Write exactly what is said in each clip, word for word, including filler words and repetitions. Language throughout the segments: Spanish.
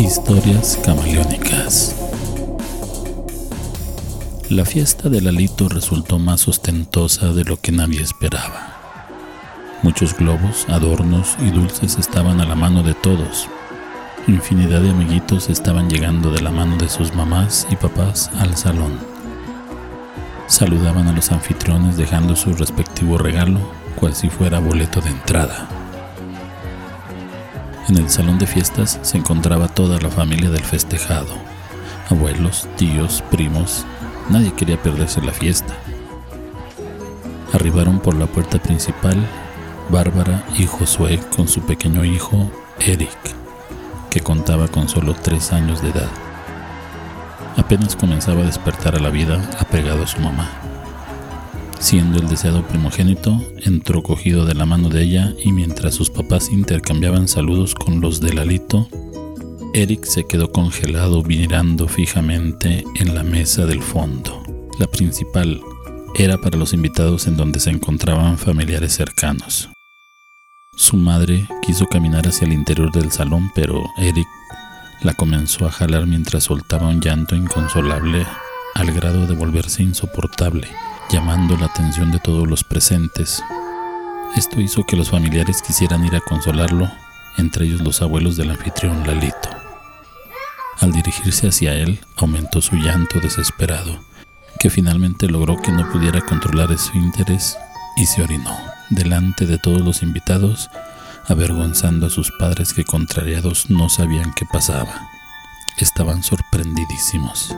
Historias camaleónicas. La fiesta de Lalito resultó más ostentosa de lo que nadie esperaba. Muchos globos, adornos y dulces estaban a la mano de todos. Infinidad de amiguitos estaban llegando de la mano de sus mamás y papás al salón. Saludaban a los anfitriones dejando su respectivo regalo, cual si fuera boleto de entrada. En el salón de fiestas se encontraba toda la familia del festejado. Abuelos, tíos, primos, nadie quería perderse la fiesta. Arribaron por la puerta principal Bárbara y Josué con su pequeño hijo Eric, que contaba con solo tres años de edad. Apenas comenzaba a despertar a la vida apegado a su mamá. Siendo el deseado primogénito, entró cogido de la mano de ella y mientras sus papás intercambiaban saludos con los de Lalito, Eric se quedó congelado mirando fijamente en la mesa del fondo. La principal era para los invitados en donde se encontraban familiares cercanos. Su madre quiso caminar hacia el interior del salón, pero Eric la comenzó a jalar mientras soltaba un llanto inconsolable al grado de volverse insoportable, llamando la atención de todos los presentes. Esto hizo que los familiares quisieran ir a consolarlo, entre ellos los abuelos del anfitrión Lalito. Al dirigirse hacia él, aumentó su llanto desesperado, que finalmente logró que no pudiera controlar su interés y se orinó delante de todos los invitados, avergonzando a sus padres que, contrariados, no sabían qué pasaba. Estaban sorprendidísimos.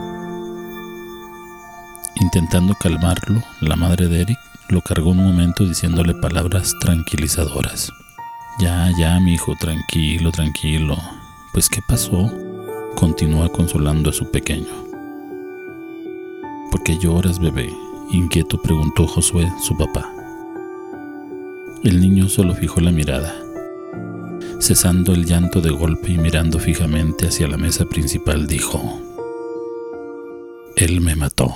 Intentando calmarlo, la madre de Eric lo cargó un momento diciéndole palabras tranquilizadoras. Ya, ya, mi hijo, tranquilo, tranquilo. Pues, ¿qué pasó? Continúa consolando a su pequeño. ¿Por qué lloras, bebé?, inquieto preguntó Josué, su papá. El niño solo fijó la mirada, cesando el llanto de golpe y mirando fijamente hacia la mesa principal, dijo: Él me mató.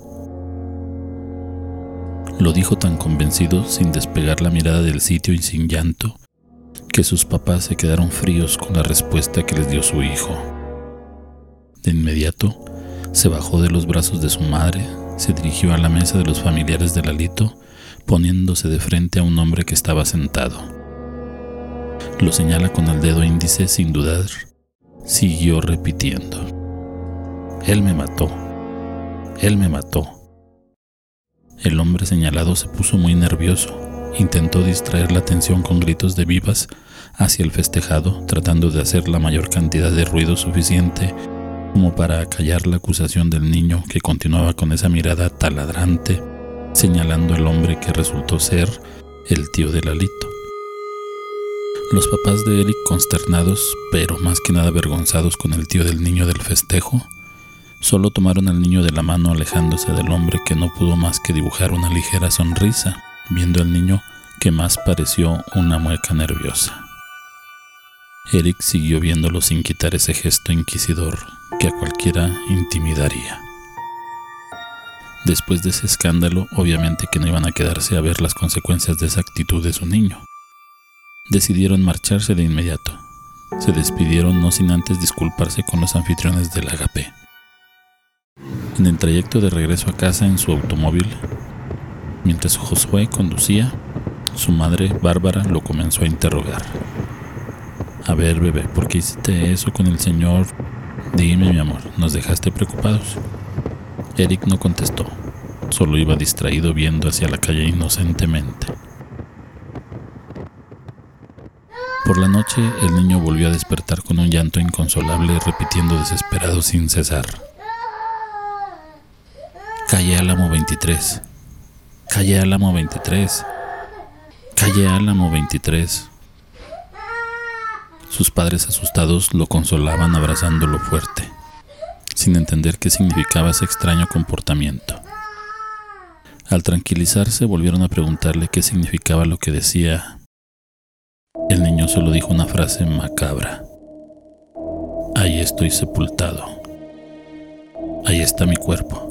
Lo dijo tan convencido, sin despegar la mirada del sitio y sin llanto, que sus papás se quedaron fríos con la respuesta que les dio su hijo. De inmediato, se bajó de los brazos de su madre, se dirigió a la mesa de los familiares de Lalito, poniéndose de frente a un hombre que estaba sentado. Lo señala con el dedo índice sin dudar. Siguió repitiendo: Él me mató. Él me mató. El hombre señalado se puso muy nervioso. Intentó distraer la atención con gritos de vivas hacia el festejado, tratando de hacer la mayor cantidad de ruido suficiente como para acallar la acusación del niño, que continuaba con esa mirada taladrante, señalando al hombre que resultó ser el tío de Lalito. Los papás de Eric, consternados, pero más que nada avergonzados con el tío del niño del festejo, solo tomaron al niño de la mano alejándose del hombre, que no pudo más que dibujar una ligera sonrisa, viendo al niño que más pareció una mueca nerviosa. Eric siguió viéndolo sin quitar ese gesto inquisidor que a cualquiera intimidaría. Después de ese escándalo, obviamente que no iban a quedarse a ver las consecuencias de esa actitud de su niño. Decidieron marcharse de inmediato. Se despidieron no sin antes disculparse con los anfitriones del Agape. En el trayecto de regreso a casa en su automóvil, mientras Josué conducía, su madre, Bárbara, lo comenzó a interrogar. A ver, bebé, ¿por qué hiciste eso con el señor? Dime, mi amor, ¿nos dejaste preocupados? Eric no contestó, solo iba distraído viendo hacia la calle inocentemente. Por la noche, el niño volvió a despertar con un llanto inconsolable, repitiendo desesperado sin cesar: Calle Álamo veintitrés, calle Álamo veintitrés, calle Álamo veintitrés. Sus padres, asustados, lo consolaban abrazándolo fuerte, sin entender qué significaba ese extraño comportamiento. Al tranquilizarse, volvieron a preguntarle qué significaba lo que decía. El niño solo dijo una frase macabra: Ahí estoy sepultado. Ahí está mi cuerpo.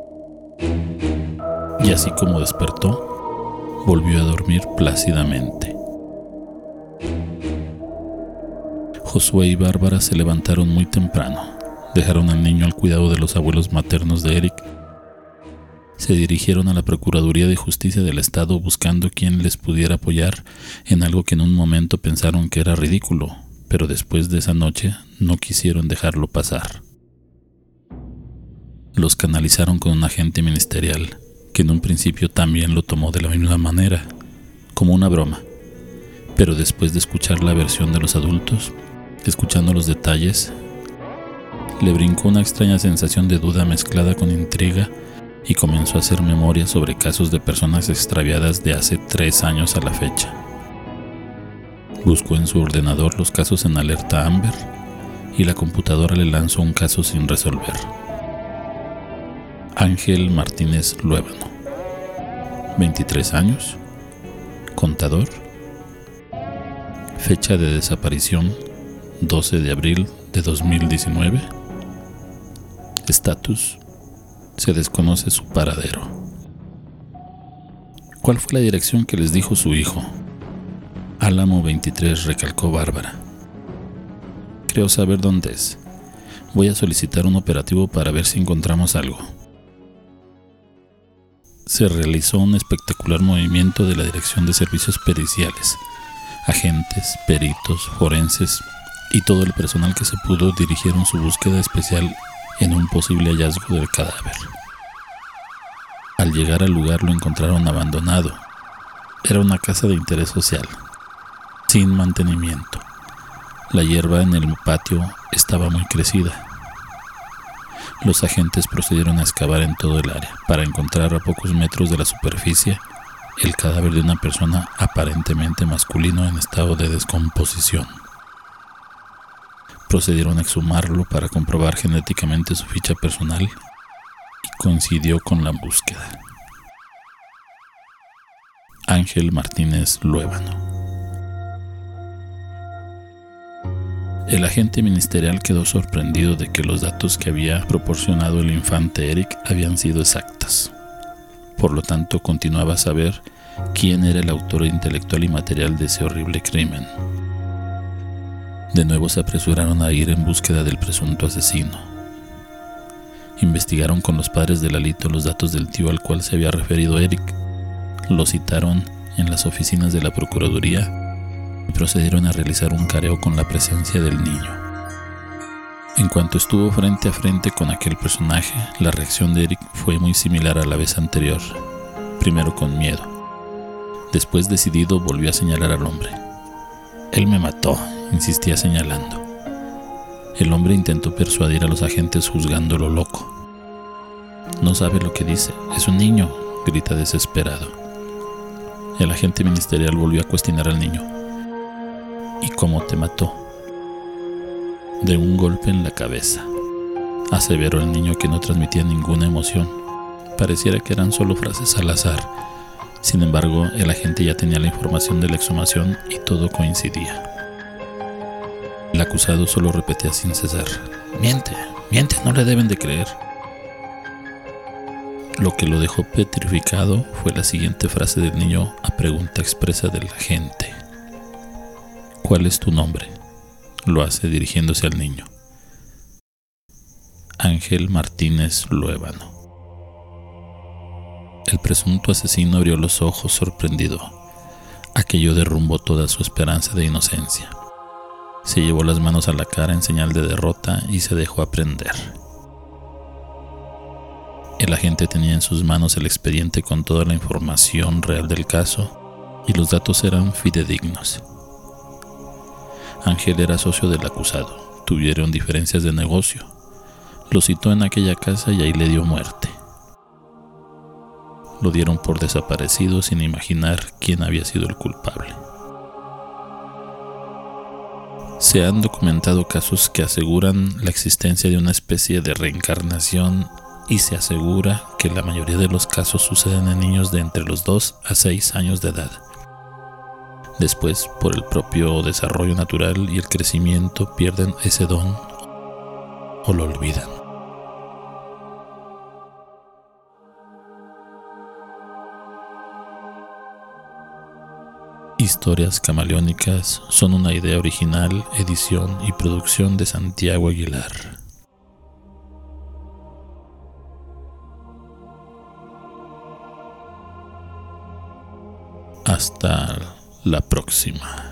Y así como despertó, volvió a dormir plácidamente. Josué y Bárbara se levantaron muy temprano, dejaron al niño al cuidado de los abuelos maternos de Eric, se dirigieron a la Procuraduría de Justicia del Estado buscando quien les pudiera apoyar en algo que en un momento pensaron que era ridículo, pero después de esa noche no quisieron dejarlo pasar. Los canalizaron con un agente ministerial, que en un principio también lo tomó de la misma manera, como una broma, pero después de escuchar la versión de los adultos, escuchando los detalles, le brincó una extraña sensación de duda mezclada con intriga y comenzó a hacer memoria sobre casos de personas extraviadas de hace tres años a la fecha. Buscó en su ordenador los casos en alerta Amber y la computadora le lanzó un caso sin resolver. Ángel Martínez Luébano, veintitrés años, contador, fecha de desaparición doce de abril de dos mil diecinueve, estatus, se desconoce su paradero. ¿Cuál fue la dirección que les dijo su hijo? Álamo veintitrés, recalcó Bárbara. Creo saber dónde es. Voy a solicitar un operativo para ver si encontramos algo. Se realizó un espectacular movimiento de la Dirección de Servicios Periciales. Agentes, peritos, forenses y todo el personal que se pudo dirigieron su búsqueda especial en un posible hallazgo del cadáver. Al llegar al lugar lo encontraron abandonado. Era una casa de interés social, sin mantenimiento. La hierba en el patio estaba muy crecida. Los agentes procedieron a excavar en todo el área para encontrar a pocos metros de la superficie el cadáver de una persona aparentemente masculino en estado de descomposición. Procedieron a exhumarlo para comprobar genéticamente su ficha personal y coincidió con la búsqueda. Ángel Martínez Luébano. El agente ministerial quedó sorprendido de que los datos que había proporcionado el infante Eric habían sido exactas. Por lo tanto, continuaba a saber quién era el autor intelectual y material de ese horrible crimen. De nuevo se apresuraron a ir en búsqueda del presunto asesino. Investigaron con los padres de Lalito los datos del tío al cual se había referido Eric. Lo citaron en las oficinas de la Procuraduría y procedieron a realizar un careo con la presencia del niño. En cuanto estuvo frente a frente con aquel personaje, la reacción de Eric fue muy similar a la vez anterior. Primero con miedo. Después, decidido, volvió a señalar al hombre. Él me mató, insistía señalando. El hombre intentó persuadir a los agentes juzgándolo loco. No sabe lo que dice, es un niño, grita desesperado. El agente ministerial volvió a cuestionar al niño. ¿Y cómo te mató? De un golpe en la cabeza, aseveró el niño, que no transmitía ninguna emoción. Pareciera que eran solo frases al azar. Sin embargo, el agente ya tenía la información de la exhumación y todo coincidía. El acusado solo repetía sin cesar: miente, miente, no le deben de creer. Lo que lo dejó petrificado fue la siguiente frase del niño a pregunta expresa del agente. ¿Cuál es tu nombre? Lo hace dirigiéndose al niño. Ángel Martínez Luébano. El presunto asesino abrió los ojos sorprendido. Aquello derrumbó toda su esperanza de inocencia. Se llevó las manos a la cara en señal de derrota y se dejó aprender. El agente tenía en sus manos el expediente con toda la información real del caso y los datos eran fidedignos. Ángel era socio del acusado, tuvieron diferencias de negocio. Lo citó en aquella casa y ahí le dio muerte. Lo dieron por desaparecido sin imaginar quién había sido el culpable. Se han documentado casos que aseguran la existencia de una especie de reencarnación y se asegura que la mayoría de los casos suceden en niños de entre los dos a seis años de edad. Después, por el propio desarrollo natural y el crecimiento, pierden ese don o lo olvidan. Y Historias camaleónicas son una idea original, edición y producción de Santiago Aguilar. Hasta la próxima.